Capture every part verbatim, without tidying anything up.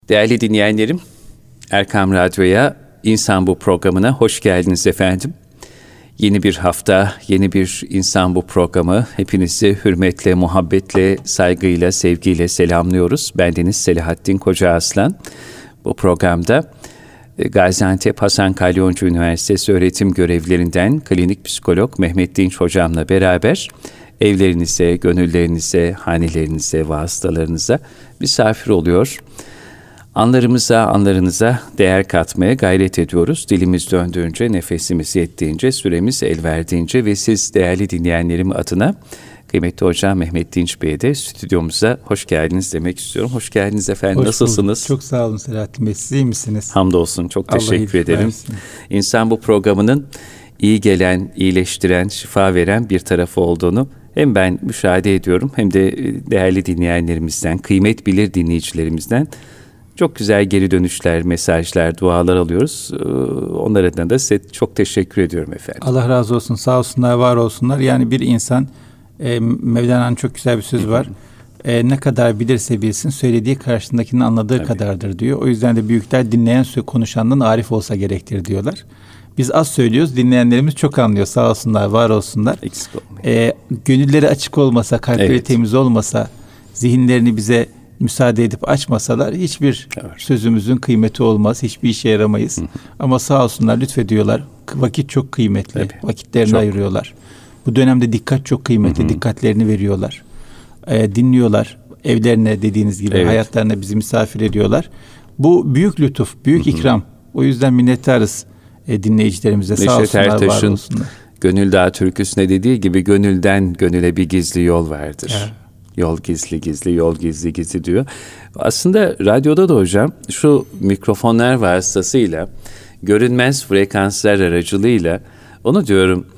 Değerli dinleyenlerim, Erkam Radyo'ya, İnsan Bu programına hoş geldiniz efendim. Yeni bir hafta, yeni bir İnsan Bu programı. Hepinizi hürmetle, muhabbetle, saygıyla, sevgiyle selamlıyoruz. Bendeniz Selahattin Kocaaslan. Bu programda Gaziantep Hasan Kalyoncu Üniversitesi öğretim görevlilerinden klinik psikolog Mehmet Dinç hocamla beraber evlerinize, gönüllerinize, hanelerinize, vasıtalarınıza misafir oluyor. Anlarımıza, anlarınıza değer katmaya gayret ediyoruz. Dilimiz döndüğünce, nefesimiz yettiğince, süremiz el verdiğince ve siz değerli dinleyenlerim adına kıymetli hocam Mehmet Dinç Bey'e de stüdyomuza hoş geldiniz demek istiyorum. Hoş geldiniz efendim. Hoş Nasılsınız? Bulduk. Çok sağ olun Selahattin Bey. Siz iyi misiniz? Hamdolsun. Çok Allah teşekkür ederim. Versin. İnsan Bu programının iyi gelen, iyileştiren, şifa veren bir tarafı olduğunu hem ben müşahede ediyorum hem de değerli dinleyenlerimizden, kıymet bilir dinleyicilerimizden çok güzel geri dönüşler, mesajlar, dualar alıyoruz. Onlar adına da size çok teşekkür ediyorum efendim. Allah razı olsun. Sağ olsunlar, var olsunlar. Yani bir insan, e, Mevlana'nın çok güzel bir sözü var. E, ne kadar bilirse bilsin, söylediği karşısındakinin anladığı Tabii. kadardır diyor. O yüzden de büyükler dinleyen konuşandan arif olsa gerektir diyorlar. Biz az söylüyoruz, dinleyenlerimiz çok anlıyor. Sağ olsunlar, var olsunlar. Eksik olmayın. E, gönülleri açık olmasa, kalpleri evet. temiz olmasa, zihinlerini bize müsaade edip açmasalar hiçbir evet. sözümüzün kıymeti olmaz. Hiçbir işe yaramayız. Hı hı. Ama sağ olsunlar lütfediyorlar. Vakit çok kıymetli. Tabii. Vakitlerini çok. ayırıyorlar. Bu dönemde dikkat çok kıymetli. Hı hı. Dikkatlerini veriyorlar. Ee, dinliyorlar. Evlerine dediğiniz gibi evet. hayatlarına bizi misafir ediyorlar. Bu büyük lütuf, büyük hı hı. ikram. O yüzden minnettarız e, dinleyicilerimize. Neşet sağ olsunlar, Ertaş'ın var olsunlar. Gönül Dağı türküsüne dediği gibi gönülden gönüle bir gizli yol vardır. Evet. Yol gizli gizli, yol gizli gizli diyor. Aslında radyoda da hocam şu mikrofonlar vasıtasıyla, görünmez frekanslar aracılığıyla, onu diyorum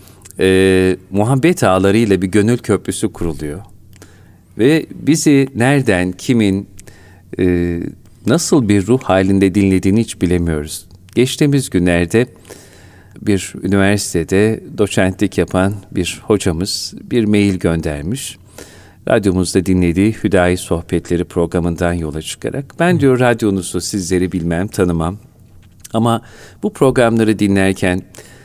e, muhabbet ağlarıyla bir gönül köprüsü kuruluyor. Ve bizi nereden, kimin, e, nasıl bir ruh halinde dinlediğini hiç bilemiyoruz. Geçtiğimiz günlerde bir üniversitede doçentlik yapan bir hocamız bir mail göndermiş. Radyomuzda dinlediği Hüdayi Sohbetleri programından yola çıkarak, ben diyor radyonuzu sizleri bilmem, tanımam ama bu programları dinlerken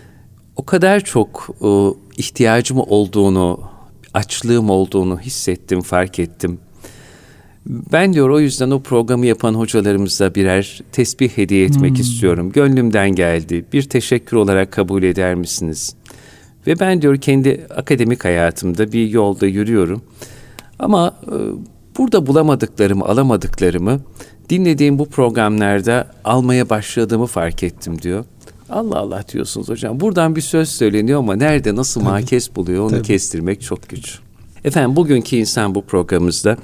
o kadar çok o, ihtiyacım olduğunu, açlığım olduğunu hissettim, fark ettim. Ben diyor o yüzden o programı yapan hocalarımıza birer tesbih hediye etmek hmm. istiyorum. Gönlümden geldi. Bir teşekkür olarak kabul eder misiniz? Ve ben diyor kendi akademik hayatımda bir yolda yürüyorum. Ama e, burada bulamadıklarımı, alamadıklarımı dinlediğim bu programlarda almaya başladığımı fark ettim diyor. Allah Allah diyorsunuz hocam. Buradan bir söz söyleniyor ama nerede, nasıl Tabii. mahkes buluyor onu Tabii. kestirmek çok güç. Efendim bugünkü İnsan Bu programımızda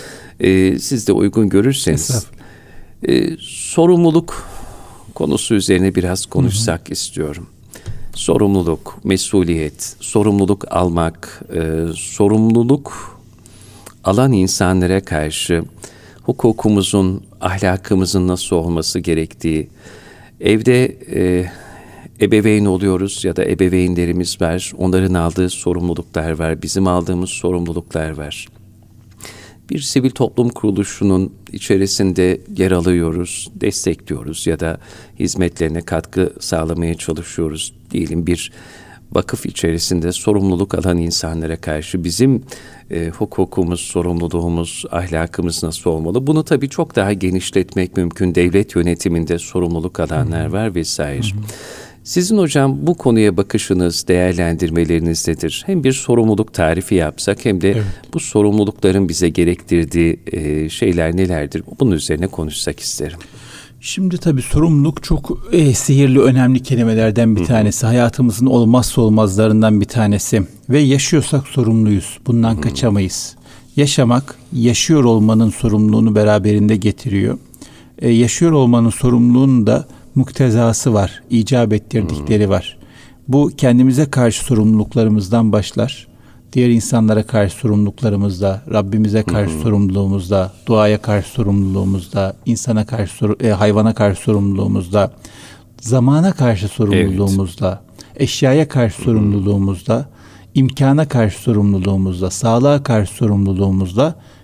e, siz de uygun görürseniz e, sorumluluk konusu üzerine biraz konuşsak Hı-hı. istiyorum. Sorumluluk, mesuliyet, sorumluluk almak, e, sorumluluk alan insanlara karşı hukukumuzun, ahlakımızın nasıl olması gerektiği, evde e, ebeveyn oluyoruz ya da ebeveynlerimiz var, onların aldığı sorumluluklar var, bizim aldığımız sorumluluklar var. Bir sivil toplum kuruluşunun içerisinde yer alıyoruz, destekliyoruz ya da hizmetlerine katkı sağlamaya çalışıyoruz. Diyelim bir vakıf içerisinde sorumluluk alan insanlara karşı bizim e, hukukumuz, sorumluluğumuz, ahlakımız nasıl olmalı? Bunu tabii çok daha genişletmek mümkün. Devlet yönetiminde sorumluluk alanlar var vesaire. Hı hı. Sizin hocam bu konuya bakışınız, değerlendirmeleriniz nedir? Hem bir sorumluluk tarifi yapsak hem de evet. bu sorumlulukların bize gerektirdiği e, şeyler nelerdir? Bunun üzerine konuşsak isterim. Şimdi tabii sorumluluk çok e, sihirli, önemli kelimelerden bir tanesi. Hı. Hayatımızın olmazsa olmazlarından bir tanesi. Ve yaşıyorsak sorumluyuz. Bundan Hı. kaçamayız. Yaşamak, yaşıyor olmanın sorumluluğunu beraberinde getiriyor. E, yaşıyor olmanın sorumluluğunun da muktezası var, icap ettirdikleri Hı. var. Bu kendimize karşı sorumluluklarımızdan başlar. Diğer insanlara karşı sorumluluklarımızda, Rabbimize karşı Hı-hı. sorumluluğumuzda, duaya karşı sorumluluğumuzda, insana karşı, e, hayvana karşı sorumluluğumuzda, zamana karşı sorumluluğumuzda, evet. eşyaya karşı Hı-hı. sorumluluğumuzda, imkana karşı sorumluluğumuzda, sağlığa karşı sorumluluğumuzda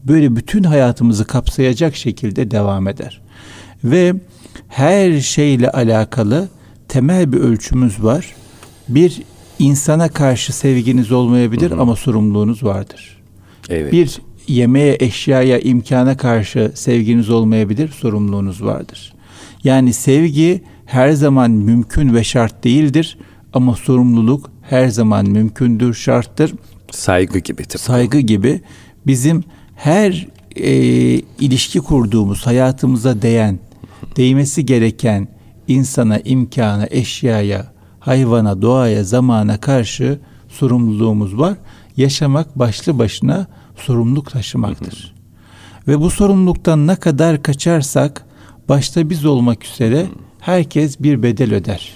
böyle bütün hayatımızı kapsayacak şekilde devam eder. Ve her şeyle alakalı temel bir ölçümüz var. Bir, insana karşı sevginiz olmayabilir, hı hı, ama sorumluluğunuz vardır. Evet. Bir, yemeğe, eşyaya, imkana karşı sevginiz olmayabilir, sorumluluğunuz vardır. Yani sevgi her zaman mümkün ve şart değildir ama sorumluluk her zaman mümkündür, şarttır. Saygı gibi. Tabii. Saygı gibi bizim her e, ilişki kurduğumuz, hayatımıza değen, değmesi gereken insana, imkana, eşyaya, hayvana, doğaya, zamana karşı sorumluluğumuz var. Yaşamak başlı başına sorumluluk taşımaktır. Ve bu sorumluluktan ne kadar kaçarsak, başta biz olmak üzere herkes bir bedel öder.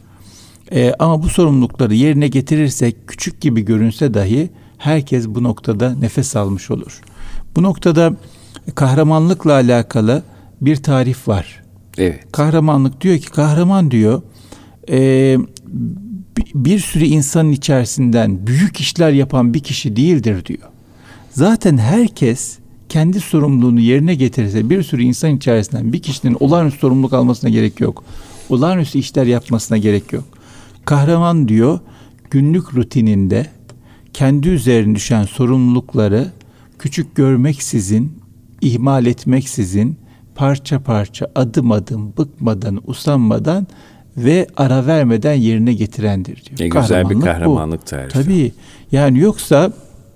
Ee, ama bu sorumlulukları yerine getirirsek, küçük gibi görünse dahi herkes bu noktada nefes almış olur. Bu noktada kahramanlıkla alakalı bir tarif var. Evet. Kahramanlık diyor ki, kahraman diyor, e, bir sürü insanın içerisinden büyük işler yapan bir kişi değildir diyor. Zaten herkes kendi sorumluluğunu yerine getirirse, bir sürü insan içerisinden bir kişinin olağanüstü sorumluluk almasına gerek yok. Olağanüstü işler yapmasına gerek yok. Kahraman diyor, günlük rutininde kendi üzerine düşen sorumlulukları küçük görmeksizin, ihmal etmeksizin, parça parça, adım adım, bıkmadan, usanmadan ve ara vermeden yerine getirendir diyor. Ne güzel bir kahramanlık tarifi. Tabii. Yani yoksa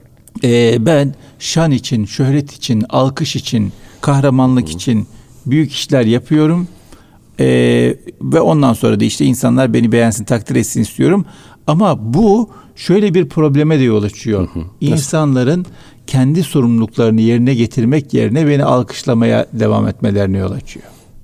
e, ben şan için, şöhret için, alkış için, kahramanlık Hı. için büyük işler yapıyorum e, ve ondan sonra da işte insanlar beni beğensin, takdir etsin istiyorum. Ama bu şöyle bir probleme de yol açıyor. Hı hı. İnsanların kendi sorumluluklarını yerine getirmek yerine beni alkışlamaya devam etmelerine yol açıyor.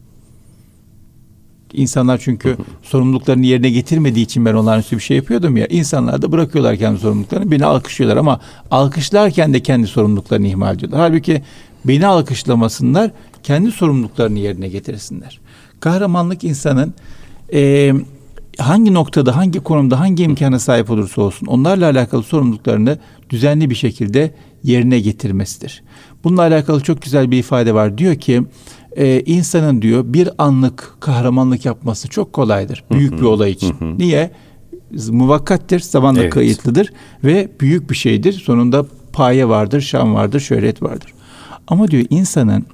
İnsanlar çünkü hı hı. sorumluluklarını yerine getirmediği için ben olağanüstü bir şey yapıyordum ya. İnsanlar da bırakıyorlar kendi sorumluluklarını, beni alkışlıyorlar ama alkışlarken de kendi sorumluluklarını ihmal ediyorlar. Halbuki beni alkışlamasınlar, kendi sorumluluklarını yerine getirsinler. Kahramanlık insanın e, hangi noktada, hangi konumda, hangi imkana sahip olursa olsun onlarla alakalı sorumluluklarını düzenli bir şekilde yerine getirmesidir. Bununla alakalı çok güzel bir ifade var. Diyor ki e, insanın diyor bir anlık kahramanlık yapması çok kolaydır. Büyük hı hı. bir olay için. Hı hı. Niye? Muvakkattir, zamanla evet. kayıtlıdır ve büyük bir şeydir. Sonunda paye vardır, şan vardır, şöhret vardır. Ama diyor insanın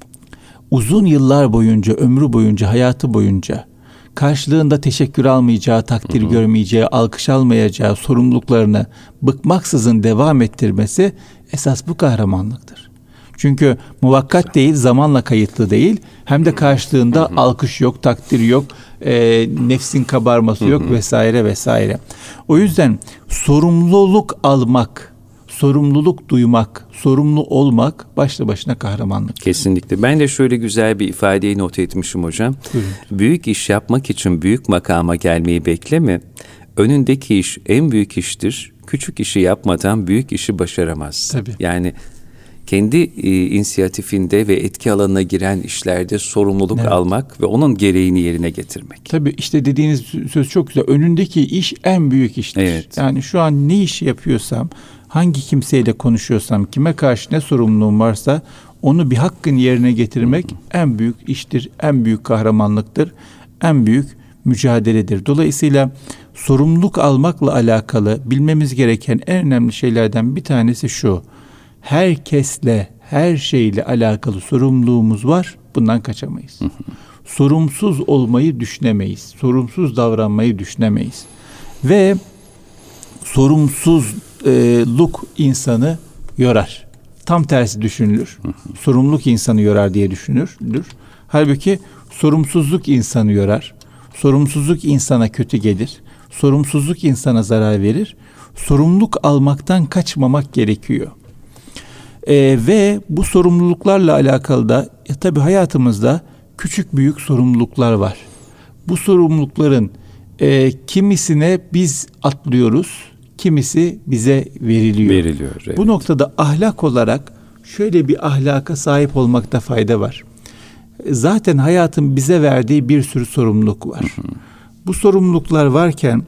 uzun yıllar boyunca, ömrü boyunca, hayatı boyunca karşılığında teşekkür almayacağı, takdir hı hı. görmeyeceği, alkış almayacağı sorumluluklarını bıkmaksızın devam ettirmesi esas bu kahramanlıktır. Çünkü muvakkat değil, zamanla kayıtlı değil. Hem de karşılığında hı hı. alkış yok, takdir yok, e, nefsin kabarması yok hı hı. vesaire vesaire. O yüzden sorumluluk almak, sorumluluk duymak, sorumlu olmak başlı başına kahramanlık. Kesinlikle. Ben de şöyle güzel bir ifadeyi not etmişim hocam. Buyurun. Büyük iş yapmak için büyük makama gelmeyi bekleme. Önündeki iş en büyük iştir. Küçük işi yapmadan büyük işi başaramazsın. Tabii. Yani kendi e, inisiyatifinde ve etki alanına giren işlerde sorumluluk evet. almak ve onun gereğini yerine getirmek. Tabii işte dediğiniz söz çok güzel. Önündeki iş en büyük iştir. Evet. Yani şu an ne iş yapıyorsam, hangi kimseyle konuşuyorsam, kime karşı ne sorumluluğum varsa onu bir hakkın yerine getirmek hı hı. en büyük iştir, en büyük kahramanlıktır, en büyük mücadeledir. Dolayısıyla sorumluluk almakla alakalı bilmemiz gereken en önemli şeylerden bir tanesi şu: herkesle, her şeyle alakalı sorumluluğumuz var, bundan kaçamayız. Hı hı. Sorumsuz olmayı düşünemeyiz, sorumsuz davranmayı düşünemeyiz. Ve sorumsuzluk insanı yorar. Tam tersi düşünülür. Hı hı. Sorumluluk insanı yorar diye düşünülür. Halbuki sorumsuzluk insanı yorar. Sorumsuzluk insana kötü gelir. Sorumsuzluk insana zarar verir. Sorumluluk almaktan kaçmamak gerekiyor. Ee, ve bu sorumluluklarla alakalı da ya tabii hayatımızda küçük büyük sorumluluklar var. Bu sorumlulukların e, kimisine biz atlıyoruz, kimisi bize veriliyor. Veriliyor. Evet. Bu noktada ahlak olarak şöyle bir ahlaka sahip olmakta fayda var. Zaten hayatın bize verdiği bir sürü sorumluluk var. Hı hı. Bu sorumluluklar varken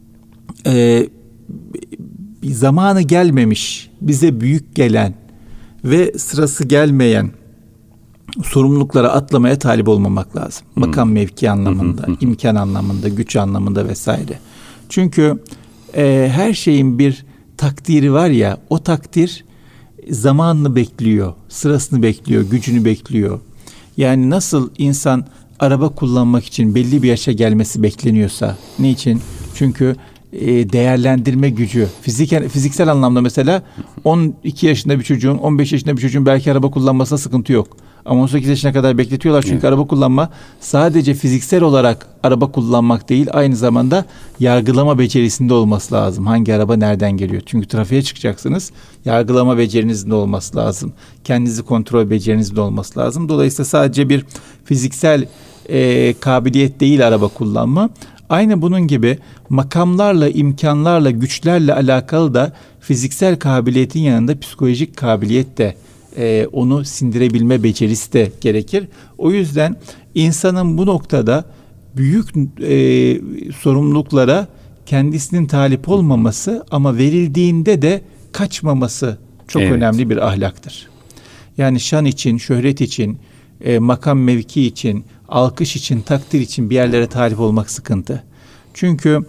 e, zamanı gelmemiş, bize büyük gelen ve sırası gelmeyen sorumluluklara atlamaya talip olmamak lazım. Hmm. Makam mevki anlamında, hmm. imkan anlamında, güç anlamında vesaire. Çünkü e, her şeyin bir takdiri var ya, o takdir zamanını bekliyor, sırasını bekliyor, gücünü bekliyor. Yani nasıl insan araba kullanmak için belli bir yaşa gelmesi bekleniyorsa, niçin? Çünkü e, değerlendirme gücü, fiziksel, fiziksel anlamda mesela on iki yaşında bir çocuğun, on beş yaşında bir çocuğun belki araba kullanmasına sıkıntı yok. Ama on sekiz yaşına kadar bekletiyorlar çünkü evet. araba kullanma sadece fiziksel olarak araba kullanmak değil, aynı zamanda yargılama becerisinde olması lazım. Hangi araba nereden geliyor? Çünkü trafiğe çıkacaksınız. Yargılama becerinizin de olması lazım. Kendinizi kontrol becerinizin de olması lazım. Dolayısıyla sadece bir fiziksel e, kabiliyet değil araba kullanma. Aynı bunun gibi makamlarla, imkanlarla, güçlerle alakalı da fiziksel kabiliyetin yanında psikolojik kabiliyet de Ee, onu sindirebilme becerisi de gerekir. O yüzden insanın bu noktada büyük e, sorumluluklara kendisinin talip olmaması ama verildiğinde de kaçmaması çok evet. önemli bir ahlaktır. Yani şan için, şöhret için, e, makam mevki için, alkış için, takdir için bir yerlere talip olmak sıkıntı. Çünkü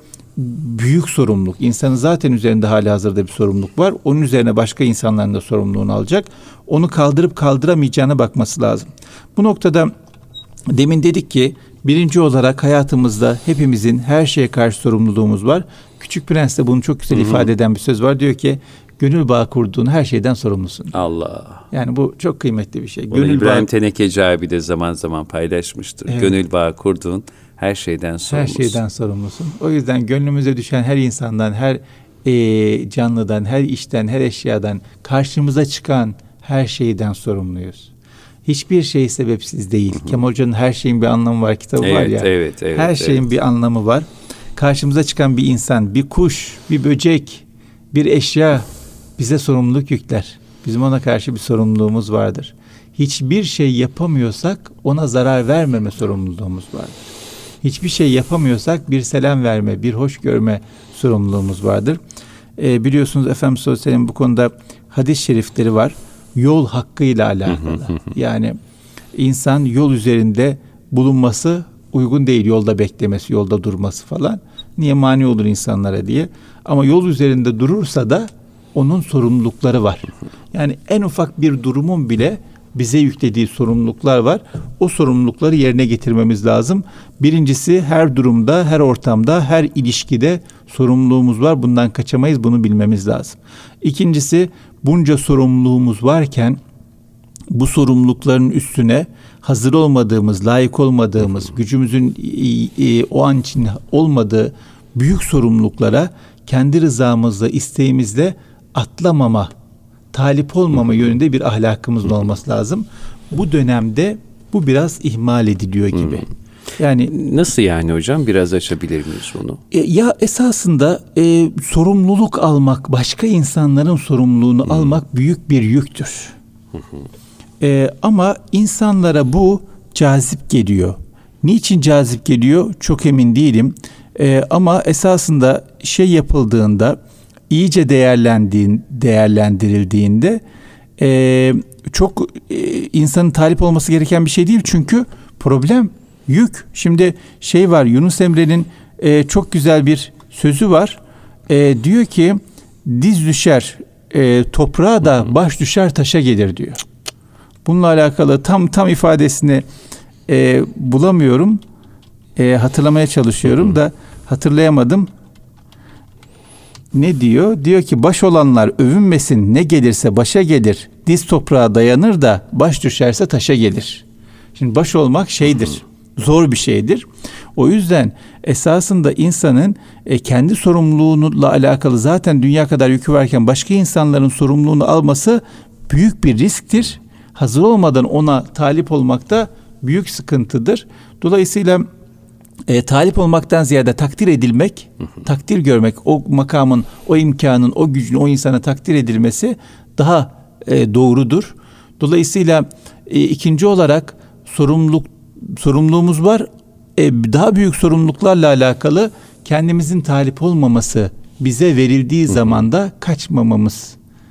büyük sorumluluk. İnsanın zaten üzerinde halihazırda bir sorumluluk var. Onun üzerine başka insanların da sorumluluğunu alacak. Onu kaldırıp kaldıramayacağına bakması lazım. Bu noktada demin dedik ki birinci olarak hayatımızda hepimizin her şeye karşı sorumluluğumuz var. Küçük Prens de bunu çok güzel Hı-hı. ifade eden bir söz var. Diyor ki gönül bağı kurduğun her şeyden sorumlusun. Allah. Yani bu çok kıymetli bir şey. Bunu gönül İbrahim bağı... Tenekeci abi de zaman zaman paylaşmıştır. Evet. Gönül bağı kurduğun her şeyden sorumlusun. Her şeyden sorumlusun. O yüzden gönlümüze düşen her insandan, her e, canlıdan, her işten, her eşyadan, karşımıza çıkan her şeyden sorumluyuz. Hiçbir şey sebepsiz değil. Hı hı. Kemal Hoca'nın Her Şeyin Bir Anlamı Var kitabı evet, var ya. Evet, evet, her şeyin evet. bir anlamı var. Karşımıza çıkan bir insan, bir kuş, bir böcek, bir eşya bize sorumluluk yükler. Bizim ona karşı bir sorumluluğumuz vardır. Hiçbir şey yapamıyorsak ona zarar vermeme sorumluluğumuz vardır. Hiçbir şey yapamıyorsak bir selam verme, bir hoş görme sorumluluğumuz vardır. Ee, biliyorsunuz Efendimiz sallallahu aleyhi ve sellem bu konuda hadis-i şerifleri var. Yol hakkıyla alakalı. Yani insan yol üzerinde bulunması uygun değil. Yolda beklemesi, yolda durması falan. Niye mani olur insanlara diye. Ama yol üzerinde durursa da onun sorumlulukları var. Yani en ufak bir durumun bile bize yüklediği sorumluluklar var. O sorumlulukları yerine getirmemiz lazım. Birincisi her durumda, her ortamda, her ilişkide sorumluluğumuz var. Bundan kaçamayız. Bunu bilmemiz lazım. İkincisi bunca sorumluluğumuz varken bu sorumlulukların üstüne hazır olmadığımız, layık olmadığımız, gücümüzün o an için olmadığı büyük sorumluluklara kendi rızamızla, isteğimizle atlamama, talip olmama yönünde bir ahlakımızın olması lazım. Bu dönemde bu biraz ihmal ediliyor gibi. Yani nasıl yani hocam? Biraz açabilir miyiz onu? E, ya esasında e, sorumluluk almak, başka insanların sorumluluğunu hmm. almak büyük bir yüktür. e, ama insanlara bu cazip geliyor. Niçin cazip geliyor? Çok emin değilim. E, ama esasında şey yapıldığında, iyice değerlendiğin, değerlendirildiğinde e, çok e, insanın talip olması gereken bir şey değil. Çünkü problem yük. Şimdi şey var, Yunus Emre'nin e, çok güzel bir sözü var. E, diyor ki diz düşer e, toprağa da baş düşer taşa gelir diyor. Bununla alakalı tam tam ifadesini e, bulamıyorum. E, hatırlamaya çalışıyorum da hatırlayamadım. Ne diyor? Diyor ki baş olanlar övünmesin, ne gelirse başa gelir. Diz toprağa dayanır da baş düşerse taşa gelir. Şimdi baş olmak şeydir. Zor bir şeydir. O yüzden esasında insanın e, kendi sorumluluğuyla alakalı zaten dünya kadar yükü varken başka insanların sorumluluğunu alması büyük bir risktir. Hazır olmadan ona talip olmak da büyük sıkıntıdır. Dolayısıyla E, talip olmaktan ziyade takdir edilmek, hı hı. takdir görmek, o makamın, o imkanın, o gücün o insana takdir edilmesi daha e, doğrudur. Dolayısıyla e, ikinci olarak sorumluluk sorumluluğumuz var. E, daha büyük sorumluluklarla alakalı kendimizin talip olmaması bize verildiği hı hı. zamanda kaçmamamız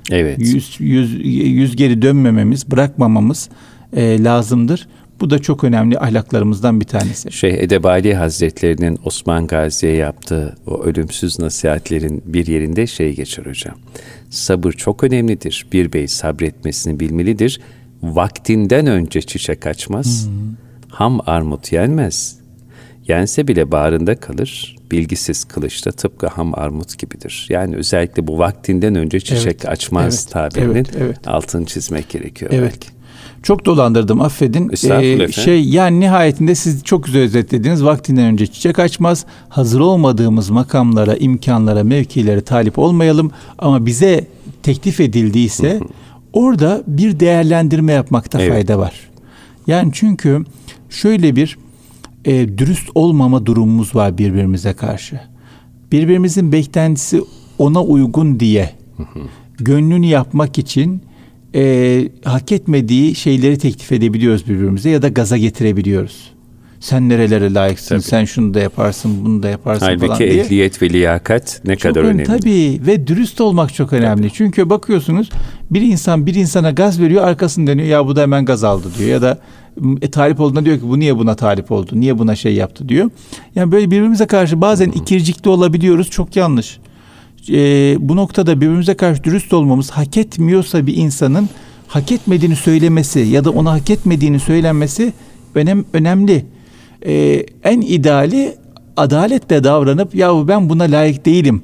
Evet. Yüz, yüz, yüz geri dönmememiz, bırakmamamız e, lazımdır. Bu da çok önemli ahlaklarımızdan bir tanesi. Şeyh Edebali Hazretleri'nin Osman Gazi'ye yaptığı o ölümsüz nasihatlerin bir yerinde şey geçer hocam. Sabır çok önemlidir. Bir bey sabretmesini bilmelidir. Vaktinden önce çiçek açmaz. Hmm. Ham armut yenmez. Yense bile bağrında kalır. Bilgisiz kılıçta tıpkı ham armut gibidir. Yani özellikle bu vaktinden önce çiçek evet, açmaz evet, tabirinin evet, evet. altını çizmek gerekiyor. Evet. Belki. Çok dolandırdım, affedin. Ee, şey yani nihayetinde siz çok güzel özetlediniz. Vaktinden önce çiçek açmaz. Hazır olmadığımız makamlara, imkanlara, mevkilere talip olmayalım. Ama bize teklif edildiyse hı hı. orada bir değerlendirme yapmakta evet. fayda var. Yani çünkü şöyle bir e, dürüst olmama durumumuz var birbirimize karşı. Birbirimizin beklentisi ona uygun diye hı hı. gönlünü yapmak için e, hak etmediği şeyleri teklif edebiliyoruz birbirimize ya da gaza getirebiliyoruz. Sen nerelere layıksın, tabii. sen şunu da yaparsın, bunu da yaparsın halbuki falan diye. Halbuki ehliyet ve liyakat ne çok kadar önemli. Tabii ve dürüst olmak çok önemli. Tabii. Çünkü bakıyorsunuz bir insan bir insana gaz veriyor, arkasını dönüyor, ya bu da hemen gaz aldı diyor. Ya da e, talip olduğunda diyor ki bu niye buna talip oldu, niye buna şey yaptı diyor. Yani böyle birbirimize karşı bazen Hı-hı. ikircikli olabiliyoruz, çok yanlış. Ee, bu noktada birbirimize karşı dürüst olmamız, hak etmiyorsa bir insanın hak etmediğini söylemesi ya da ona hak etmediğini söylenmesi önem, önemli. Ee, en ideali adaletle davranıp yahu ben buna layık değilim,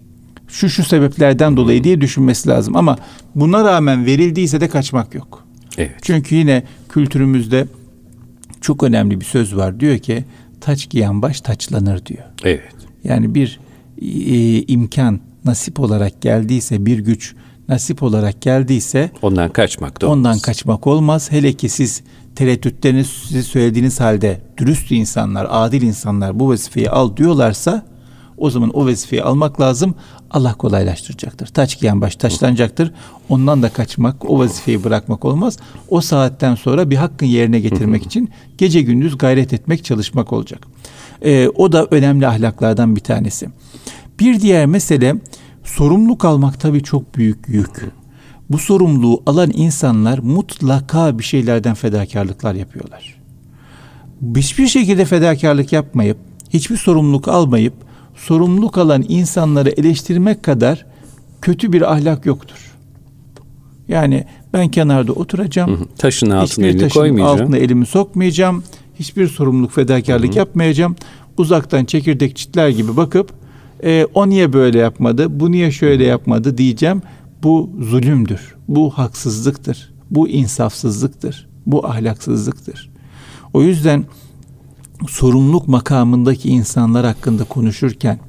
şu şu sebeplerden dolayı diye düşünmesi lazım. Ama buna rağmen verildiyse de kaçmak yok. Evet. Çünkü yine kültürümüzde çok önemli bir söz var. Diyor ki taç giyen baş taçlanır diyor. Evet. Yani bir e, imkan nasip olarak geldiyse, bir güç nasip olarak geldiyse ondan kaçmak da olmaz. Ondan kaçmak olmaz. Hele ki siz tereddütlerinizi söylediğiniz halde dürüst insanlar, adil insanlar bu vazifeyi al diyorlarsa o zaman o vazifeyi almak lazım. Allah kolaylaştıracaktır. Taç giyen baş taçlanacaktır. Ondan da kaçmak, o vazifeyi bırakmak olmaz. O saatten sonra bir hakkın yerine getirmek için gece gündüz gayret etmek, çalışmak olacak. Ee, o da önemli ahlaklardan bir tanesi. Bir diğer mesele, sorumluluk almak tabii çok büyük yük. Bu sorumluluğu alan insanlar mutlaka bir şeylerden fedakarlıklar yapıyorlar. Hiçbir şekilde fedakarlık yapmayıp, hiçbir sorumluluk almayıp, sorumluluk alan insanları eleştirmek kadar kötü bir ahlak yoktur. Yani ben kenarda oturacağım. Hı hı. Taşın altına elini koymayacağım. Altına elimi sokmayacağım. Hiçbir sorumluluk, fedakarlık hı hı. yapmayacağım. Uzaktan çekirdek çitler gibi bakıp e, o niye böyle yapmadı, bu niye şöyle yapmadı diyeceğim. Bu zulümdür. Bu haksızlıktır. Bu insafsızlıktır. Bu ahlaksızlıktır. O yüzden sorumluluk makamındaki insanlar hakkında konuşurken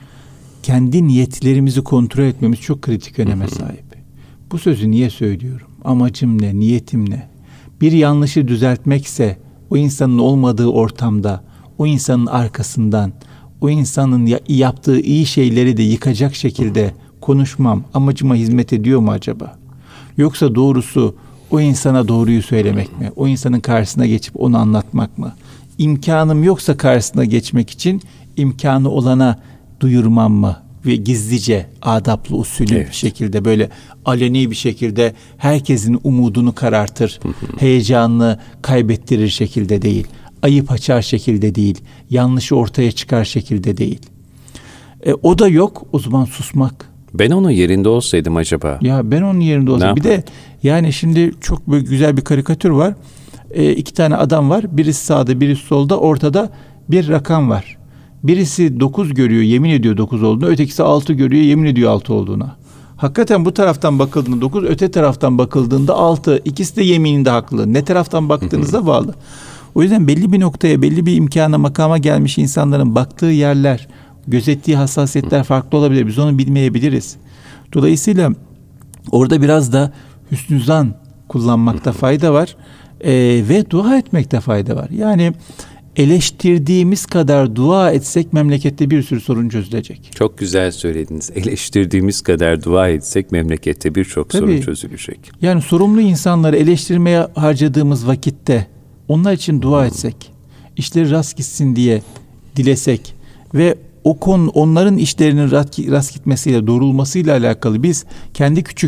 kendi niyetlerimizi kontrol etmemiz çok kritik öneme sahip. Bu sözü niye söylüyorum? Amacım ne? Niyetim ne? Bir yanlışı düzeltmekse o insanın olmadığı ortamda, o insanın arkasından, o insanın yaptığı iyi şeyleri de yıkacak şekilde konuşmam amacıma hizmet ediyor mu acaba? Yoksa doğrusu o insana doğruyu söylemek mi? O insanın karşısına geçip onu anlatmak mı? İmkanım yoksa karşısına geçmek için imkanı olana duyurmam mı? Ve gizlice, adaplı, usulü evet. bir şekilde, böyle aleni bir şekilde herkesin umudunu karartır, heyecanını kaybettirir şekilde değil, ayıp açar şekilde değil, yanlışı ortaya çıkar şekilde değil. E, o da yok, o zaman susmak. Ben onun yerinde olsaydım acaba? Ya ben onun yerinde olsaydım. Bir de yani şimdi çok böyle güzel bir karikatür var. E, iki tane adam var. Birisi sağda, birisi solda. Ortada bir rakam var. Birisi dokuz görüyor, yemin ediyor dokuz olduğunu. Ötekisi altı görüyor, yemin ediyor altı olduğuna. Hakikaten bu taraftan bakıldığında dokuz, öte taraftan bakıldığında altı. İkisi de yemininde haklı. Ne taraftan baktığınıza bağlı. O yüzden belli bir noktaya, belli bir imkana, makama gelmiş insanların baktığı yerler, gözettiği hassasiyetler farklı olabilir. Biz onu bilmeyebiliriz. Dolayısıyla orada biraz da hüsnü zan kullanmakta fayda var. Ee, ve dua etmekte fayda var. Yani eleştirdiğimiz kadar dua etsek memlekette bir sürü sorun çözülecek. Çok güzel söylediniz. Eleştirdiğimiz kadar dua etsek memlekette birçok sorun çözülecek. Yani sorumlu insanları eleştirmeye harcadığımız vakitte onlar için dua hmm. etsek, işleri rast gitsin diye dilesek ve o konu, onların işlerinin rast, rast gitmesiyle, doğrulmasıyla alakalı biz kendi küçük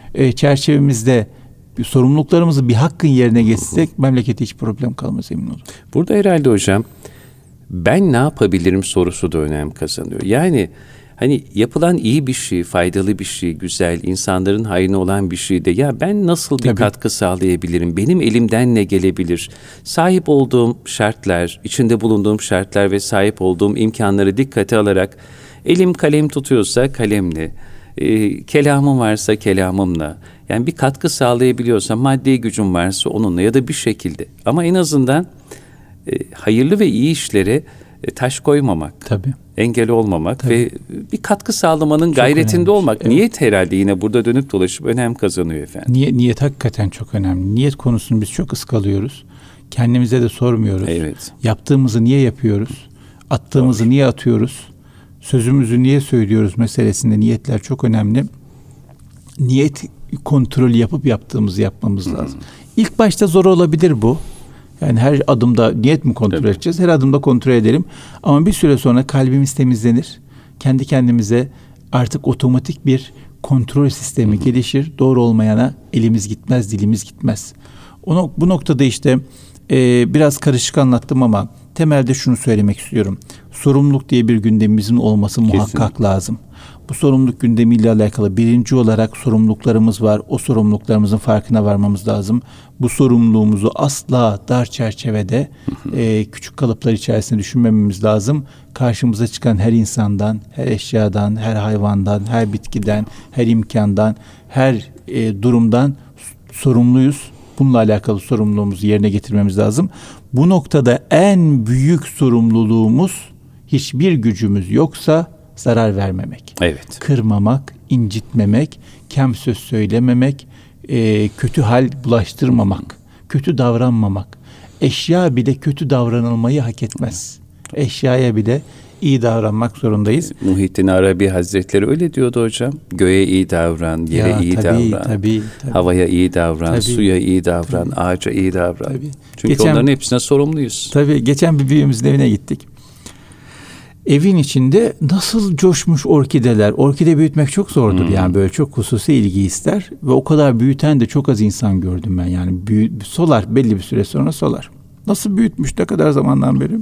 e, çerçevemizde sorumluluklarımızı bir hakkın yerine geçsek memlekette hiç problem kalmaz, emin olun. Burada herhalde hocam ben ne yapabilirim sorusu da önem kazanıyor. Yani hani yapılan iyi bir şey, faydalı bir şey, güzel, insanların hayrına olan bir şey de ya ben nasıl bir Tabii. katkı sağlayabilirim? Benim elimden ne gelebilir? Sahip olduğum şartlar, içinde bulunduğum şartlar ve sahip olduğum imkanları dikkate alarak elim kalem tutuyorsa kalemle, e, kelamım varsa kelamımla, yani bir katkı sağlayabiliyorsam, maddi gücüm varsa onunla ya da bir şekilde. Ama en azından e, hayırlı ve iyi işlere e, taş koymamak. Tabii. Engel olmamak Tabii. ve bir katkı sağlamanın çok gayretinde önemli. olmak. Evet. Niyet herhalde yine burada dönüp dolaşıp önem kazanıyor efendim. Niyet, niyet hakikaten çok önemli. Niyet konusunu biz çok ıskalıyoruz. Kendimize de sormuyoruz. Evet. Yaptığımızı niye yapıyoruz? Attığımızı Doğru. niye atıyoruz? Sözümüzü niye söylüyoruz meselesinde niyetler çok önemli. Niyet kontrolü yapıp yaptığımızı yapmamız hmm. lazım. İlk başta zor olabilir bu. Yani her adımda niyet mi kontrol Tabii. edeceğiz? Her adımda kontrol edelim. Ama bir süre sonra kalbimiz temizlenir. Kendi kendimize artık otomatik bir kontrol sistemi Hı-hı. gelişir. Doğru olmayana elimiz gitmez, dilimiz gitmez. Onu, bu noktada işte e, biraz karışık anlattım ama temelde şunu söylemek istiyorum. Sorumluluk diye bir gündemimizin olması Kesinlikle. muhakkak lazım. Bu sorumluluk gündemiyle alakalı birinci olarak sorumluluklarımız var. O sorumluluklarımızın farkına varmamız lazım. Bu sorumluluğumuzu asla dar çerçevede e, küçük kalıplar içerisinde düşünmememiz lazım. Karşımıza çıkan her insandan, her eşyadan, her hayvandan, her bitkiden, her imkandan, her e, durumdan sorumluyuz. Bununla alakalı sorumluluğumuzu yerine getirmemiz lazım. Bu noktada en büyük sorumluluğumuz hiçbir gücümüz yoksa zarar vermemek. Evet. Kırmamak, incitmemek, kem söz söylememek, e, kötü hal bulaştırmamak, kötü davranmamak. Eşya bile kötü davranılmayı hak etmez. Eşyaya bile iyi davranmak zorundayız. Muhittin Arabi Hazretleri öyle diyordu hocam. Göğe iyi davran, yere ya, iyi tabii, davran, tabii, tabii. havaya iyi davran, tabii, suya iyi davran, tabii. ağaca iyi davran. Tabii. Çünkü geçen, onların hepsine sorumluyuz. Tabii geçen bir büyüğümüzün evine gittik. Evin içinde nasıl coşmuş orkideler. Orkide büyütmek çok zordur. Hmm. Yani böyle çok hususi ilgi ister. Ve o kadar büyüten de çok az insan gördüm ben. Yani büyü, solar belli bir süre sonra solar. Nasıl büyütmüş ne kadar zamandan beri.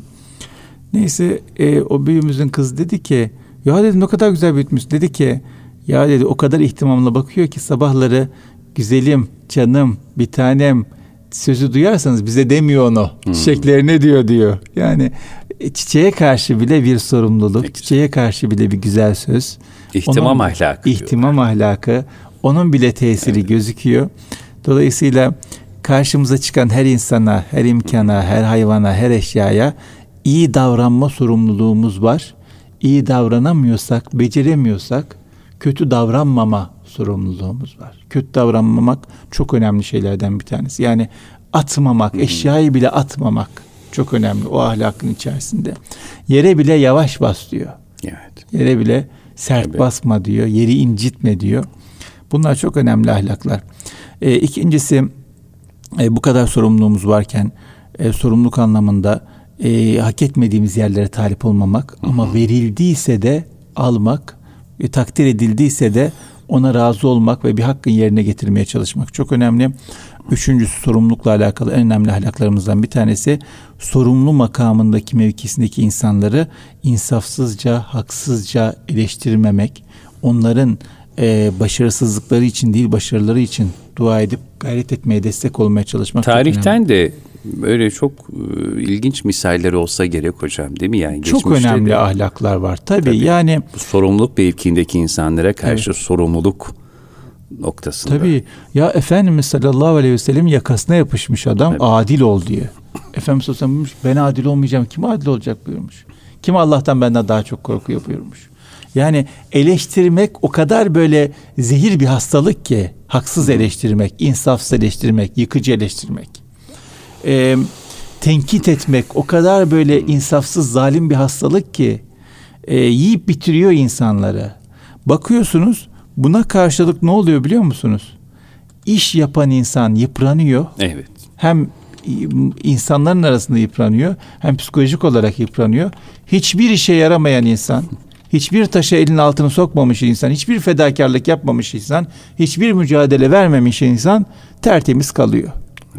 Neyse e, o büyüğümüzün kızı dedi ki ya dedim ne kadar güzel büyütmüş. Dedi ki ya dedi o kadar ihtimamla bakıyor ki sabahları güzelim, canım, bir tanem sözü duyarsanız bize demiyor onu. Hmm. Çiçeklerine diyor diyor. Yani çiçeğe karşı bile bir sorumluluk, Peki. çiçeğe karşı bile bir güzel söz. İhtimam onun, ahlakı. İhtimam ahlakı. Onun bile tesiri evet. gözüküyor. Dolayısıyla karşımıza çıkan her insana, her imkana, her hayvana, her eşyaya iyi davranma sorumluluğumuz var. İyi davranamıyorsak, beceremiyorsak kötü davranmama sorumluluğumuz var. Kötü davranmamak çok önemli şeylerden bir tanesi. Yani atmamak, hmm. eşyayı bile atmamak çok önemli o ahlakın içerisinde. Yere bile yavaş bas diyor. Evet. Yere bile sert evet. basma diyor. Yeri incitme diyor. Bunlar çok önemli ahlaklar. E, ikincisi e, bu kadar sorumluluğumuz varken e, sorumluluk anlamında e, hak etmediğimiz yerlere talip olmamak Hı-hı. ama verildiyse de almak ve takdir edildiyse de ona razı olmak ve bir hakkın yerine getirmeye çalışmak çok önemli. Üçüncüsü sorumlulukla alakalı en önemli ahlaklarımızdan bir tanesi sorumlu makamındaki mevkisindeki insanları insafsızca, haksızca eleştirmemek, onların e, başarısızlıkları için değil başarıları için dua edip gayret etmeye destek olmaya çalışmak Tarihten çok önemli. de böyle çok e, ilginç misaller olsa gerek hocam değil mi? Yani çok önemli de, ahlaklar var. Tabii, tabii yani sorumluluk mevkiindeki insanlara karşı evet. sorumluluk noktasında. Tabii ya Efendimiz sallallahu aleyhi ve sellem yakasına yapışmış adam evet. adil ol diye. Efendimiz sallallahu aleyhi ve sellem ben adil olmayacağım. Kim adil olacak buyurmuş. Kim Allah'tan benden daha çok korkuyor buyurmuş. Yani eleştirmek o kadar böyle zehir bir hastalık ki haksız eleştirmek, insafsız eleştirmek, yıkıcı eleştirmek. Ee, tenkit etmek o kadar böyle insafsız, zalim bir hastalık ki e, yiyip bitiriyor insanları. Bakıyorsunuz buna karşılık ne oluyor biliyor musunuz? İş yapan insan yıpranıyor. Evet. Hem insanların arasında yıpranıyor, hem psikolojik olarak yıpranıyor. Hiçbir işe yaramayan insan, hiçbir taşı elinin altına sokmamış insan, hiçbir fedakarlık yapmamış insan, hiçbir mücadele vermemiş insan tertemiz kalıyor.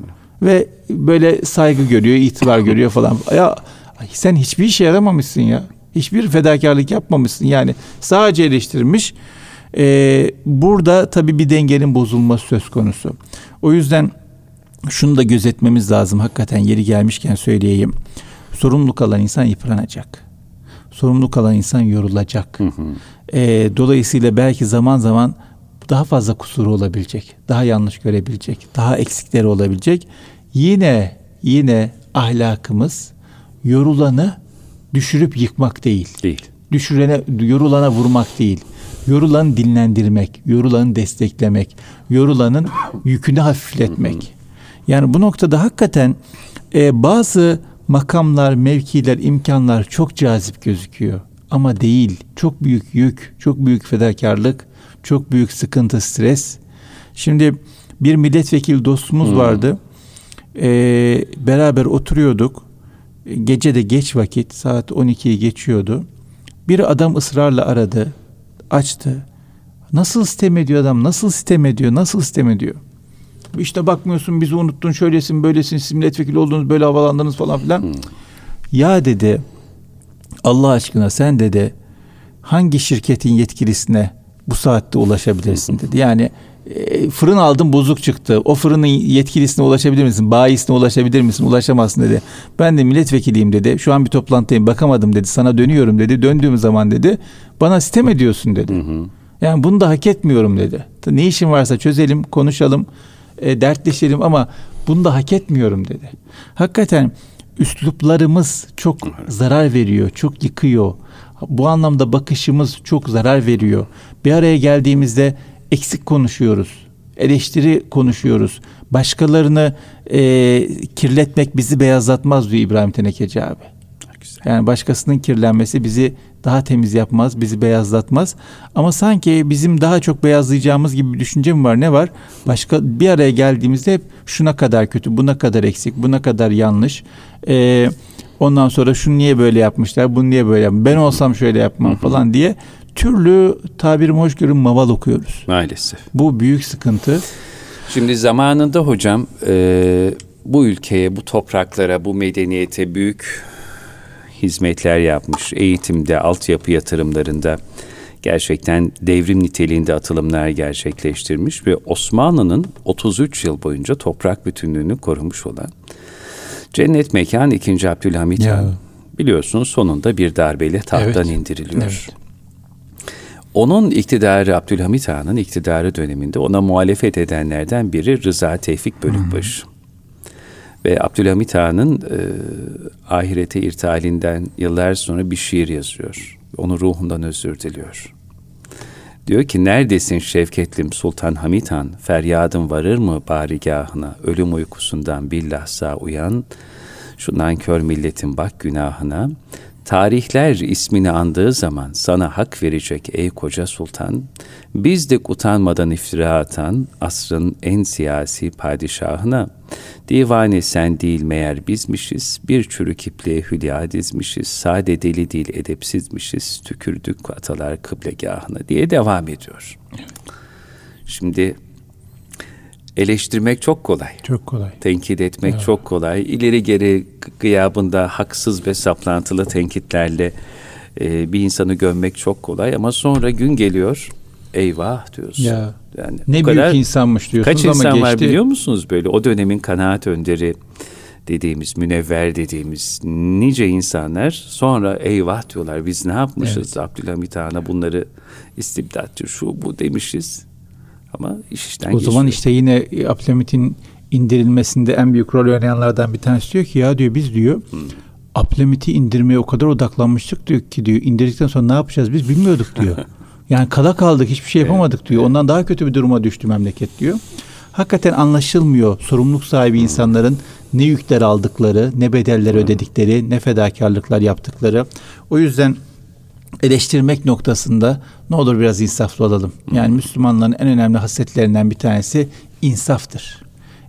Ve böyle saygı görüyor, itibar görüyor falan. Ya sen hiçbir işe yaramamışsın ya. Hiçbir fedakarlık yapmamışsın. Yani sadece eleştirmiş. Ee, burada tabii bir dengenin bozulması söz konusu. O yüzden şunu da gözetmemiz lazım. Hakikaten yeri gelmişken söyleyeyim. Sorumluluk alan insan yıpranacak. Sorumluluk alan insan yorulacak. Hı hı. Ee, dolayısıyla belki zaman zaman daha fazla kusuru olabilecek. Daha yanlış görebilecek. Daha eksikleri olabilecek. Yine yine ahlakımız yorulanı düşürüp yıkmak değil. Değil. Düşürene, yorulana vurmak değil. Yorulanı dinlendirmek, yorulanı desteklemek, yorulanın yükünü hafifletmek. Yani bu noktada hakikaten e, bazı makamlar, mevkiler, imkanlar çok cazip gözüküyor. Ama değil. Çok büyük yük, çok büyük fedakarlık, çok büyük sıkıntı, stres. Şimdi bir milletvekili dostumuz hmm. vardı. Ee, beraber oturuyorduk. Gece de geç vakit, saat on ikiyi geçiyordu. Bir adam ısrarla aradı, açtı. Nasıl sitem ediyor adam, nasıl sitem ediyor, nasıl sitem ediyor? İşte bakmıyorsun, bizi unuttun, şöylesin, böylesin, siz milletvekili oldunuz, böyle havalandınız falan filan. Hmm. Ya dedi, Allah aşkına sen dedi, hangi şirketin yetkilisine bu saatte ulaşabilirsin dedi. Yani e, fırın aldım bozuk çıktı. O fırının yetkilisine ulaşabilir misin? Bayisine ulaşabilir misin? Ulaşamazsın dedi. Ben de milletvekiliyim dedi. Şu an bir toplantıdayım, bakamadım dedi. Sana dönüyorum dedi. Döndüğüm zaman dedi, bana sitem ediyorsun dedi. Hı hı. Yani bunu da hak etmiyorum dedi. Ne işin varsa çözelim, konuşalım, e, dertleşelim ama bunu da hak etmiyorum dedi. Hakikaten üsluplarımız çok zarar veriyor, çok yıkıyor. Bu anlamda bakışımız çok zarar veriyor. Bir araya geldiğimizde eksik konuşuyoruz, eleştiri konuşuyoruz. Başkalarını e, kirletmek bizi beyazlatmaz diyor İbrahim Tenekeci abi. Yani başkasının kirlenmesi bizi daha temiz yapmaz, bizi beyazlatmaz. Ama sanki bizim daha çok beyazlayacağımız gibi bir düşünce mi var? Ne var? Başka bir araya geldiğimizde hep şuna kadar kötü, buna kadar eksik, buna kadar yanlış. Ee, ondan sonra şunu niye böyle yapmışlar, bunu niye böyle yapmışlar, ben olsam şöyle yapmam falan diye türlü tabirim hoş görün maval okuyoruz. Maalesef. Bu büyük sıkıntı. Şimdi zamanında hocam e, bu ülkeye, bu topraklara, bu medeniyete büyük hizmetler yapmış. Eğitimde, altyapı yatırımlarında gerçekten devrim niteliğinde atılımlar gerçekleştirmiş ve Osmanlı'nın otuz üç yıl boyunca toprak bütünlüğünü korumuş olan cennet mekan ikinci. Abdülhamit Han biliyorsunuz sonunda bir darbeyle tahttan evet. indiriliyor. Evet. Onun iktidarı, Abdülhamit Han'ın iktidarı döneminde ona muhalefet edenlerden biri Rıza Tevfik Bölükbaşı. Hmm. Ve Abdülhamit Han'ın e, ahirete irtihalinden yıllar sonra bir şiir yazıyor. Onu ruhundan özür diliyor. Diyor ki, neredesin şevketlim Sultan Hamit Han, feryadım varır mı barigahına, ölüm uykusundan billahza uyan, şu nankör milletin bak günahına, tarihler ismini andığı zaman sana hak verecek ey koca sultan, bizdik utanmadan iftira atan asrın en siyasi padişahına, divane sen değil meğer bizmişiz, bir çürük ipliğe hülya dizmişiz, sade deli değil edepsizmişiz, tükürdük atalar kıblegahına diye devam ediyor. Şimdi eleştirmek çok kolay. Çok kolay. Tenkit etmek evet. çok kolay. İleri geri gıyabında haksız ve saplantılı tenkitlerle e, bir insanı gömmek çok kolay. Ama sonra gün geliyor, eyvah diyorsun. Ya, yani ne büyük kadar, insanmış diyorsunuz kaç insan ama var geçti. Biliyor musunuz böyle? O dönemin kanaat önderi dediğimiz, münevver dediğimiz nice insanlar sonra eyvah diyorlar. Biz ne yapmışız? Evet. Abdülhamit Han'a bunları istibdatçı şu bu demişiz. Ama iş işten geçiyor. O zaman işte yine Abdülhamit'in indirilmesinde en büyük rol oynayanlardan bir tanesi diyor ki ya diyor biz diyor hmm. Abdülhamit'i indirmeye o kadar odaklanmıştık diyor ki diyor indirdikten sonra ne yapacağız biz bilmiyorduk diyor. Yani kala kaldık, hiçbir şey yapamadık diyor. Ondan daha kötü bir duruma düştü memleket diyor. Hakikaten anlaşılmıyor sorumluluk sahibi hmm. insanların ne yükler aldıkları, ne bedeller hmm. ödedikleri, ne fedakarlıklar yaptıkları. O yüzden eleştirmek noktasında ne olur biraz insaflı olalım. Yani Müslümanların en önemli hasletlerinden bir tanesi insaftır.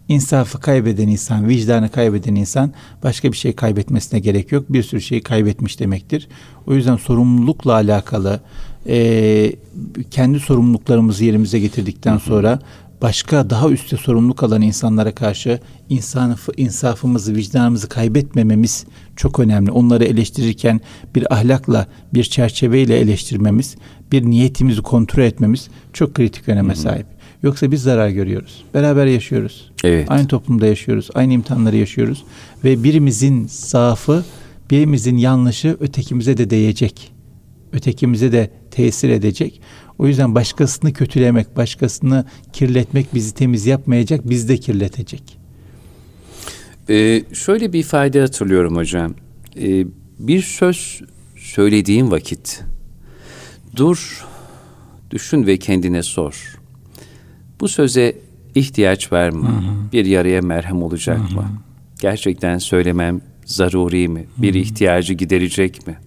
İnsafı kaybeden insan, vicdanı kaybeden insan başka bir şey kaybetmesine gerek yok. Bir sürü şeyi kaybetmiş demektir. O yüzden sorumlulukla alakalı e, kendi sorumluluklarımızı yerimize getirdikten hı hı. sonra başka daha üstte sorumluluk alan insanlara karşı insaf, insafımızı, vicdanımızı kaybetmememiz çok önemli. Onları eleştirirken bir ahlakla, bir çerçeveyle eleştirmemiz, bir niyetimizi kontrol etmemiz çok kritik öneme hı hı. sahip. Yoksa biz zarar görüyoruz. Beraber yaşıyoruz. Evet. Aynı toplumda yaşıyoruz. Aynı imtihanları yaşıyoruz. Ve birimizin zaafı, birimizin yanlışı ötekimize de değecek. Ötekimize de tesir edecek. O yüzden başkasını kötülemek, başkasını kirletmek bizi temiz yapmayacak, bizi de kirletecek. Ee, şöyle bir ifade hatırlıyorum hocam. Ee, bir söz söylediğin vakit dur, düşün ve kendine sor. Bu söze ihtiyaç var mı? Hı hı. Bir yaraya merhem olacak hı hı. mı? Gerçekten söylemem zaruri mi? Bir hı hı. ihtiyacı giderecek mi?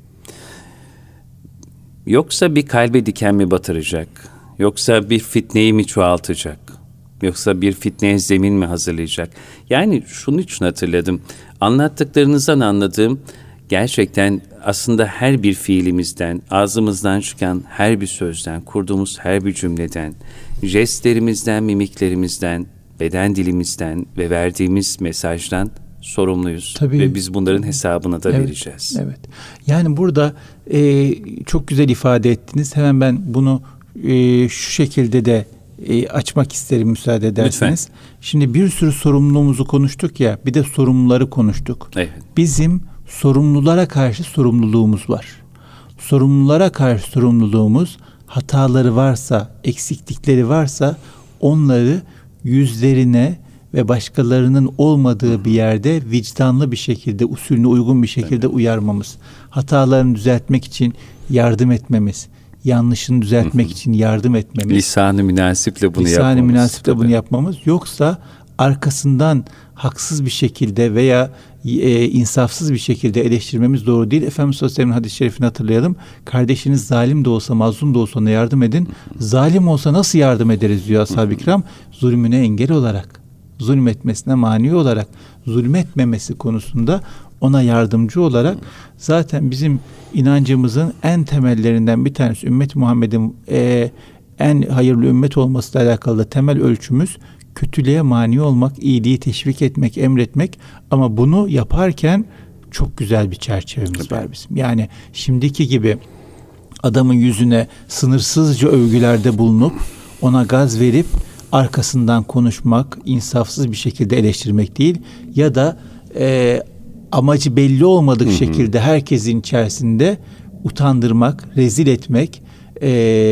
Yoksa bir kalbe diken mi batıracak? Yoksa bir fitneyi mi çoğaltacak? Yoksa bir fitneye zemin mi hazırlayacak? Yani şunun için hatırladım. Anlattıklarınızdan anladığım, gerçekten aslında her bir fiilimizden, ağzımızdan çıkan her bir sözden, kurduğumuz her bir cümleden, jestlerimizden, mimiklerimizden, beden dilimizden ve verdiğimiz mesajdan sorumluyuz. Tabii. Ve biz bunların hesabını da evet, vereceğiz. Evet. Yani burada e, çok güzel ifade ettiniz. Hemen ben bunu e, şu şekilde de e, açmak isterim müsaade ederseniz. Lütfen. Şimdi bir sürü sorumluluğumuzu konuştuk ya, bir de sorumluları konuştuk. Evet. Bizim sorumlulara karşı sorumluluğumuz var. Sorumlulara karşı sorumluluğumuz, hataları varsa, eksiklikleri varsa onları yüzlerine ve başkalarının olmadığı bir yerde vicdanlı bir şekilde, usulüne uygun bir şekilde evet. uyarmamız. Hatalarını düzeltmek için yardım etmemiz. Yanlışını düzeltmek hı hı. için yardım etmemiz. Lisan-ı münasiple bunu Lisan-ı yapmamız. Lisan-ı münasiple bunu yapmamız. Yoksa arkasından haksız bir şekilde veya e, insafsız bir şekilde eleştirmemiz doğru değil. Efendimiz sallallahu aleyhi ve sellem hadis-i şerifini hatırlayalım. Kardeşiniz zalim de olsa, mazlum da olsa ona yardım edin. Hı hı. Zalim olsa nasıl yardım ederiz diyor ashab-ı kiram. Zulmüne engel olarak, zulmetmesine mani olarak, zulmetmemesi konusunda ona yardımcı olarak. Zaten bizim inancımızın en temellerinden bir tanesi, ümmet Muhammed'in e, en hayırlı ümmet olmasıyla alakalı da temel ölçümüz kötülüğe mani olmak, iyiliği teşvik etmek, emretmek. Ama bunu yaparken çok güzel bir çerçevemiz Tabii. var bizim. Yani şimdiki gibi adamın yüzüne sınırsızca övgülerde bulunup ona gaz verip arkasından konuşmak, insafsız bir şekilde eleştirmek değil, ya da e, amacı belli olmadık hı hı. şekilde herkesin içerisinde utandırmak, rezil etmek e,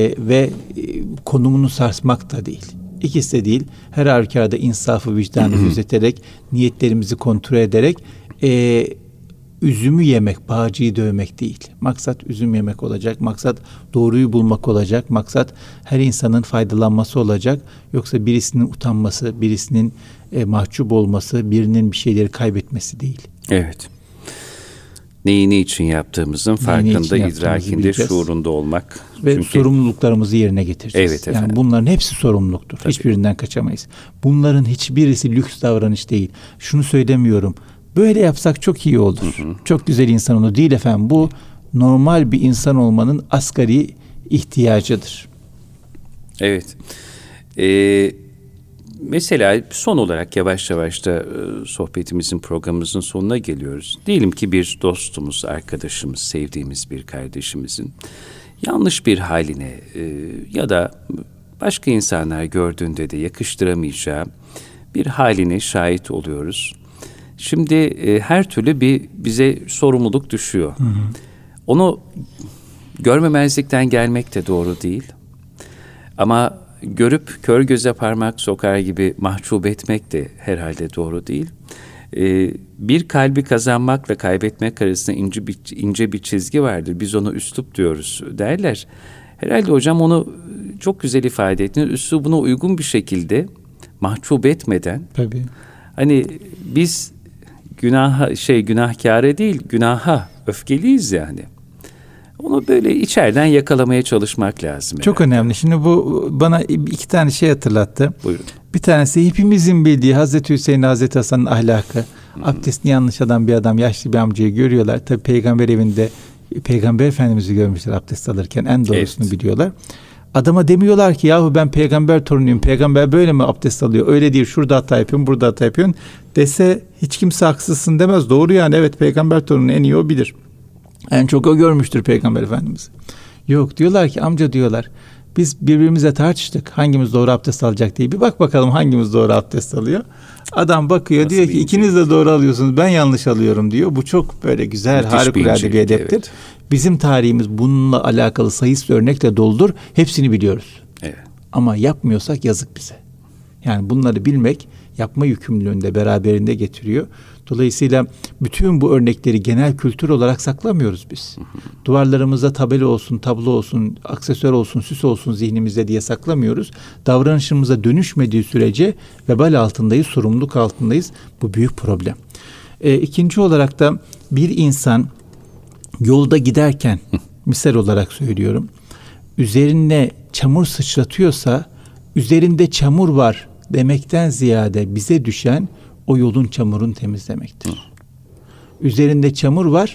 ve e, konumunu sarsmak da değil. İkisi de değil. Her halükarda insafı, vicdanı gözeterek, niyetlerimizi kontrol ederek e, üzümü yemek, bağcıyı dövmek değil. Maksat üzüm yemek olacak. Maksat doğruyu bulmak olacak. Maksat her insanın faydalanması olacak. Yoksa birisinin utanması, birisinin e, mahcup olması, birinin bir şeyleri kaybetmesi değil. Evet. Neyi ne için yaptığımızın farkında, idrakinde, şuurunda olmak. Ve Çünkü... sorumluluklarımızı yerine getireceğiz. Evet efendim. Yani bunların hepsi sorumluluktur. Tabii. Hiçbirinden kaçamayız. Bunların hiçbirisi lüks davranış değil. Şunu söylemiyorum. Böyle yapsak çok iyi olur. Hı hı. Çok güzel insan olur. Değil efendim. Bu normal bir insan olmanın asgari ihtiyacıdır. Evet. Ee, mesela son olarak yavaş yavaş da e, sohbetimizin, programımızın sonuna geliyoruz. Diyelim ki bir dostumuz, arkadaşımız, sevdiğimiz bir kardeşimizin yanlış bir haline e, ya da başka insanlar gördüğünde de yakıştıramayacağı bir haline şahit oluyoruz. Şimdi e, her türlü bir bize sorumluluk düşüyor. Hı hı. Onu görmemezlikten gelmek de doğru değil. Ama görüp kör göze parmak sokar gibi mahcup etmek de herhalde doğru değil. Ee, bir kalbi kazanmakla kaybetmek arasında ince bir, ince bir çizgi vardır. Biz ona üslup diyoruz derler. Herhalde hocam onu çok güzel ifade ettiniz. Üslubuna uygun bir şekilde mahcup etmeden. Tabii. Hani biz günaha şey günahkâre değil, günaha öfkeliyiz yani. Onu böyle içeriden yakalamaya çalışmak lazım. Çok herhalde. Önemli. Şimdi bu bana iki tane şey hatırlattı. Buyurun. Bir tanesi hepimizin bildiği Hazreti Hüseyin, Hazreti Hasan'ın ahlakı. Hmm. Abdestini yanlış adam bir adam, yaşlı bir amcayı görüyorlar. Tabii peygamber evinde Peygamber Efendimiz'i görmüşler abdest alırken, en doğrusunu evet. biliyorlar. Adama demiyorlar ki yahu ben peygamber torunuyum, peygamber böyle mi abdest alıyor? Öyle değil, şurada hata yapıyorsun, burada hata yapıyorsun dese hiç kimse haksızsın demez. Doğru yani, evet peygamber torunu en iyi o bilir. En çok o görmüştür Peygamber Efendimiz. Yok, diyorlar ki amca diyorlar, biz birbirimize tartıştık hangimiz doğru abdest alacak diye. Bir bak bakalım hangimiz doğru abdest alıyor. Adam bakıyor, nasıl diyor ki ikiniz de doğru alıyorsunuz, ben yanlış alıyorum diyor. Bu çok böyle güzel, harikulade bir, bir edeptir. Evet. Bizim tarihimiz bununla alakalı sayısız örnekle doludur. Hepsini biliyoruz. Evet. Ama yapmıyorsak yazık bize. Yani bunları bilmek yapma yükümlülüğünde beraberinde getiriyor. Dolayısıyla bütün bu örnekleri genel kültür olarak saklamıyoruz biz. Hı hı. Duvarlarımızda tabela olsun, tablo olsun, aksesuar olsun, süs olsun zihnimizde diye saklamıyoruz. Davranışımıza dönüşmediği sürece vebal altındayız, sorumluluk altındayız. Bu büyük problem. E, ikinci olarak da bir insan yolda giderken, misal olarak söylüyorum, üzerine çamur sıçratıyorsa, üzerinde çamur var demekten ziyade bize düşen o yolun çamurunu temizlemektir. Hı. Üzerinde çamur var.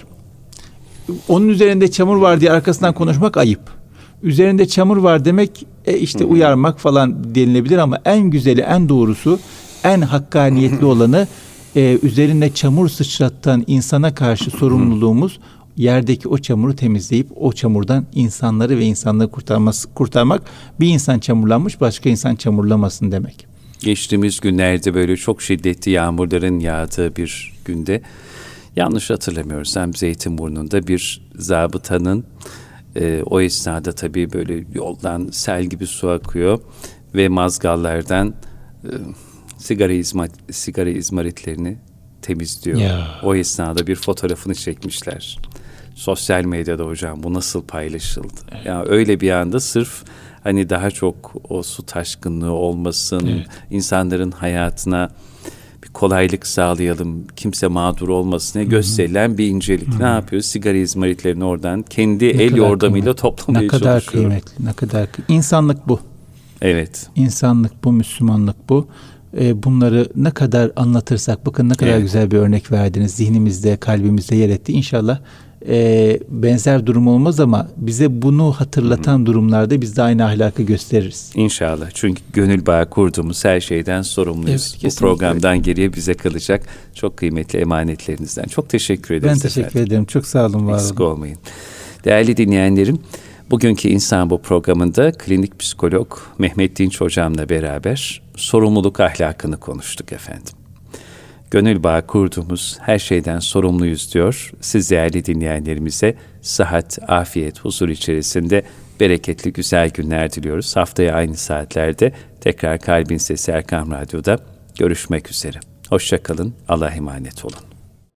Onun üzerinde çamur var diye arkasından konuşmak ayıp. Üzerinde çamur var demek e işte Hı. uyarmak falan denilebilir ama en güzeli, en doğrusu, en hakkaniyetli olanı e, üzerine çamur sıçratan insana karşı sorumluluğumuz yerdeki o çamuru temizleyip o çamurdan insanları ve insanları kurtarması, kurtarmak. Bir insan çamurlanmış, başka insan çamurlamasın demek. Geçtiğimiz günlerde böyle çok şiddetli yağmurların yağdığı bir günde, yanlış hatırlamıyorsam Zeytinburnu'nda bir zabıtanın e, o esnada tabii böyle yoldan sel gibi su akıyor ve mazgallardan e, sigara izma, sigara izmaritlerini temizliyor. Ya. O esnada bir fotoğrafını çekmişler. Sosyal medyada hocam bu nasıl paylaşıldı? Evet. Yani öyle bir anda sırf hani daha çok o su taşkınlığı olmasın, evet. insanların hayatına bir kolaylık sağlayalım, kimse mağdur olmasın diye gösterilen bir incelik. Hı-hı. Ne yapıyor? Sigara izmaritlerini oradan kendi ne el yordamıyla kıymetli. Toplamaya çalışıyor. Ne kadar kıymetli, ne kadar kıymetli. İnsanlık bu. Evet. İnsanlık bu, Müslümanlık bu. Ee, bunları ne kadar anlatırsak, bakın ne kadar evet. güzel bir örnek verdiniz. Zihnimizde, kalbimizde yer etti. İnşallah e, benzer durum olmaz ama bize bunu hatırlatan Hı-hı. durumlarda biz de aynı ahlakı gösteririz. İnşallah. Çünkü gönül bağı kurduğumuz her şeyden sorumluyuz. Evet, bu programdan geriye bize kalacak çok kıymetli emanetlerinizden. Çok teşekkür ederiz. Ben teşekkür efendim. ederim. Çok sağ olun. Var Eksik olmayın. Değerli dinleyenlerim, bugünkü İnsan Bu programında klinik psikolog Mehmet Dinç hocamla beraber sorumluluk ahlakını konuştuk efendim. Gönül bağı kurduğumuz her şeyden sorumluyuz diyor. Siz değerli dinleyenlerimize sıhhat, afiyet, huzur içerisinde bereketli güzel günler diliyoruz. Haftaya aynı saatlerde tekrar Kalbin Sesi Erkam Radyo'da görüşmek üzere. Hoşça kalın, Allah'a emanet olun.